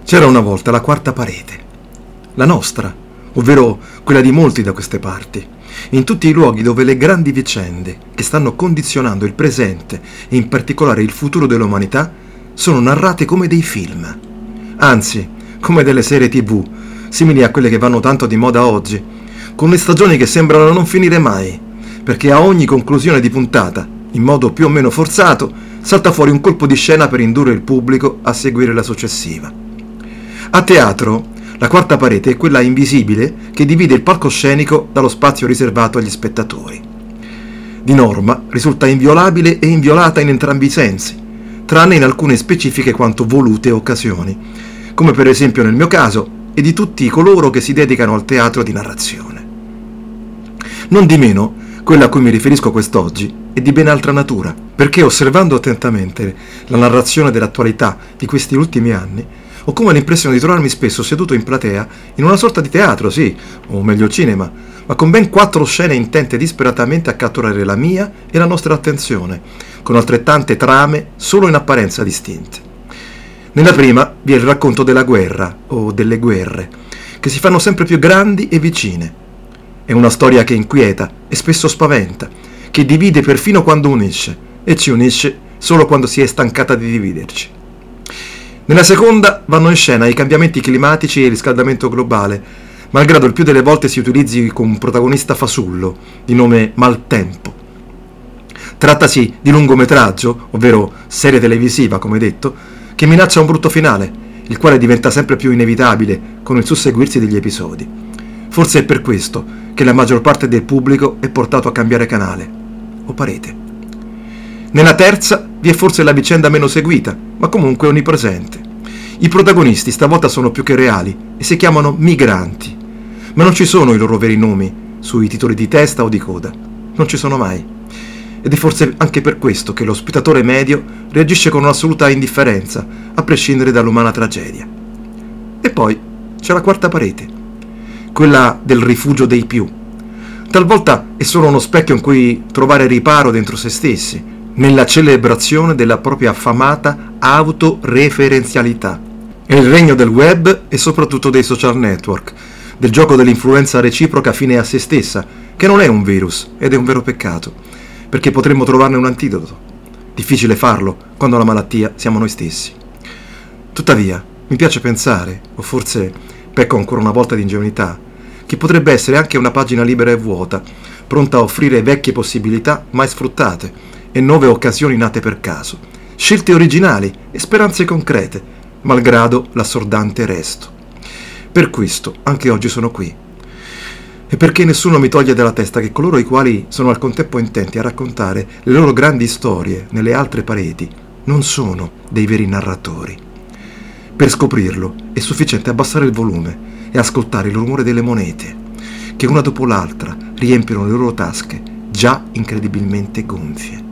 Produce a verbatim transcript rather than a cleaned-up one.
C'era una volta la quarta parete, la nostra, ovvero quella di molti da queste parti, in tutti i luoghi dove le grandi vicende che stanno condizionando il presente e in particolare il futuro dell'umanità sono narrate come dei film, anzi come delle serie tv, simili a quelle che vanno tanto di moda oggi, con le stagioni che sembrano non finire mai, perché a ogni conclusione di puntata, in modo più o meno forzato, salta fuori un colpo di scena per indurre il pubblico a seguire la successiva. A teatro, la quarta parete è quella invisibile che divide il palcoscenico dallo spazio riservato agli spettatori. Di norma risulta inviolabile e inviolata in entrambi i sensi, tranne in alcune specifiche quanto volute occasioni, come per esempio nel mio caso e di tutti coloro che si dedicano al teatro di narrazione. Non di meno, quella a cui mi riferisco quest'oggi è di ben altra natura, perché osservando attentamente la narrazione dell'attualità di questi ultimi anni, ho come l'impressione di trovarmi spesso seduto in platea in una sorta di teatro, sì, o meglio cinema, ma con ben quattro scene intente disperatamente a catturare la mia e la nostra attenzione, con altrettante trame solo in apparenza distinte. Nella prima vi è il racconto della guerra, o delle guerre, che si fanno sempre più grandi e vicine. È una storia che inquieta e spesso spaventa, che divide perfino quando unisce, e ci unisce solo quando si è stancata di dividerci. Nella seconda vanno in scena i cambiamenti climatici e il riscaldamento globale, malgrado il più delle volte si utilizzi con un protagonista fasullo, di nome Maltempo. Trattasi di lungometraggio, ovvero serie televisiva, come detto, che minaccia un brutto finale, il quale diventa sempre più inevitabile con il susseguirsi degli episodi. Forse è per questo che la maggior parte del pubblico è portato a cambiare canale, o parete. Nella terza vi è forse la vicenda meno seguita, ma comunque onnipresente. I protagonisti stavolta sono più che reali e si chiamano migranti, ma non ci sono i loro veri nomi sui titoli di testa o di coda. Non ci sono mai. Ed è forse anche per questo che lo spettatore medio reagisce con un'assoluta indifferenza, a prescindere dall'umana tragedia. E poi c'è la quarta parete, quella del rifugio dei più. Talvolta è solo uno specchio in cui trovare riparo dentro se stessi, nella celebrazione della propria affamata autoreferenzialità. È il regno del web e soprattutto dei social network, del gioco dell'influenza reciproca fine a se stessa, che non è un virus ed è un vero peccato, perché potremmo trovarne un antidoto. Difficile farlo quando la malattia siamo noi stessi. Tuttavia, mi piace pensare, o forse pecco ancora una volta di ingenuità, che potrebbe essere anche una pagina libera e vuota, pronta a offrire vecchie possibilità mai sfruttate e nuove occasioni nate per caso, scelte originali e speranze concrete, malgrado l'assordante resto. Per questo anche oggi sono qui. E perché nessuno mi toglie dalla testa che coloro i quali sono al contempo intenti a raccontare le loro grandi storie nelle altre pareti non sono dei veri narratori. Per scoprirlo è sufficiente abbassare il volume e ascoltare il rumore delle monete, che una dopo l'altra riempiono le loro tasche già incredibilmente gonfie.